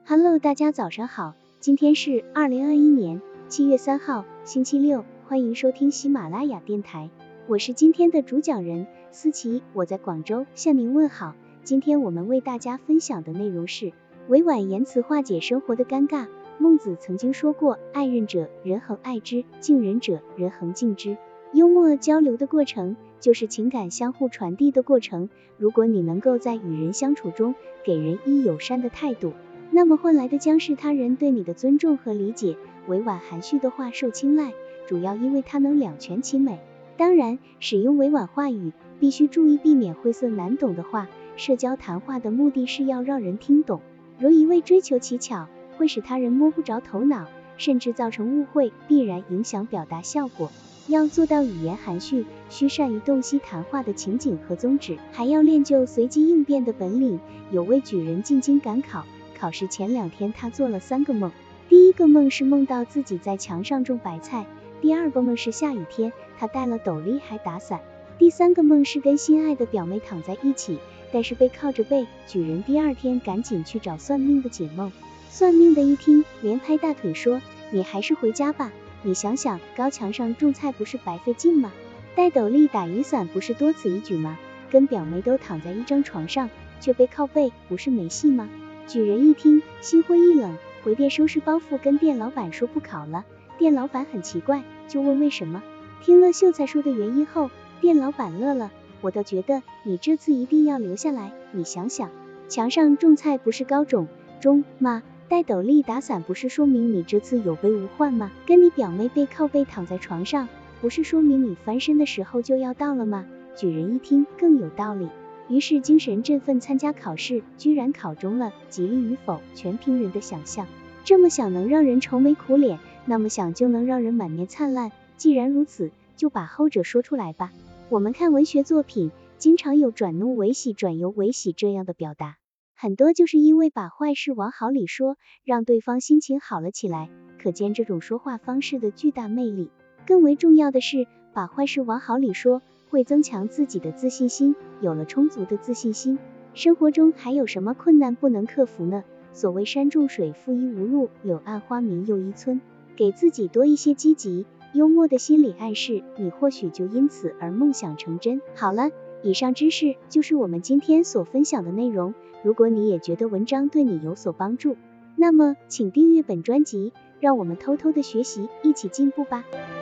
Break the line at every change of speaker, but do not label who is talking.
Hello， 大家早上好，今天是2021年7月3号，星期六，欢迎收听喜马拉雅电台，我是今天的主讲人思琪，我在广州向您问好。今天我们为大家分享的内容是委婉言辞化解生活的尴尬。孟子曾经说过，爱人者，人恒爱之；敬人者，人恒敬之。幽默交流的过程，就是情感相互传递的过程。如果你能够在与人相处中，给人以友善的态度，那么换来的将是他人对你的尊重和理解。委婉含蓄的话受青睐，主要因为它能两全其美。当然，使用委婉话语，必须注意避免晦涩难懂的话。社交谈话的目的是要让人听懂，如一味追求奇巧，会使他人摸不着头脑，甚至造成误会，必然影响表达效果。要做到语言含蓄，需善于洞悉谈话的情景和宗旨，还要练就随机应变的本领。有位举人进京赶考，考试前2天他做了3个梦。第一个梦是梦到自己在墙上种白菜，第二个梦是下雨天，他带了斗笠还打伞，第3个梦是跟心爱的表妹躺在一起，但是背靠着背。举人第2天赶紧去找算命的解梦，算命的一听，连拍大腿说，你还是回家吧，你想想，高墙上种菜不是白费劲吗？戴斗笠打雨伞不是多此一举吗？跟表妹都躺在一张床上，却背靠背，不是没戏吗？举人一听，心灰意冷，回店收拾包袱跟店老板说不考了。店老板很奇怪，就问为什么。听了秀才说的原因后，店老板乐了，我倒觉得你这次一定要留下来，你想想，墙上种菜不是高种吗？戴斗笠打伞不是说明你这次有备无患吗？跟你表妹背靠背躺在床上，不是说明你翻身的时候就要到了吗？举人一听更有道理，于是精神振奋参加考试，居然考中了，吉利与否全凭人的想象。这么想能让人愁眉苦脸，那么想就能让人满面灿烂。既然如此，就把后者说出来吧。我们看文学作品，经常有转怒为喜、转忧为喜这样的表达，很多就是因为把坏事往好里说，让对方心情好了起来，可见这种说话方式的巨大魅力。更为重要的是，把坏事往好里说，会增强自己的自信心，有了充足的自信心，生活中还有什么困难不能克服呢？所谓山重水复疑无路，柳暗花明又一村。给自己多一些积极幽默的心理暗示，你或许就因此而梦想成真。好了，以上知识就是我们今天所分享的内容。如果你也觉得文章对你有所帮助，那么请订阅本专辑，让我们偷偷的学习，一起进步吧。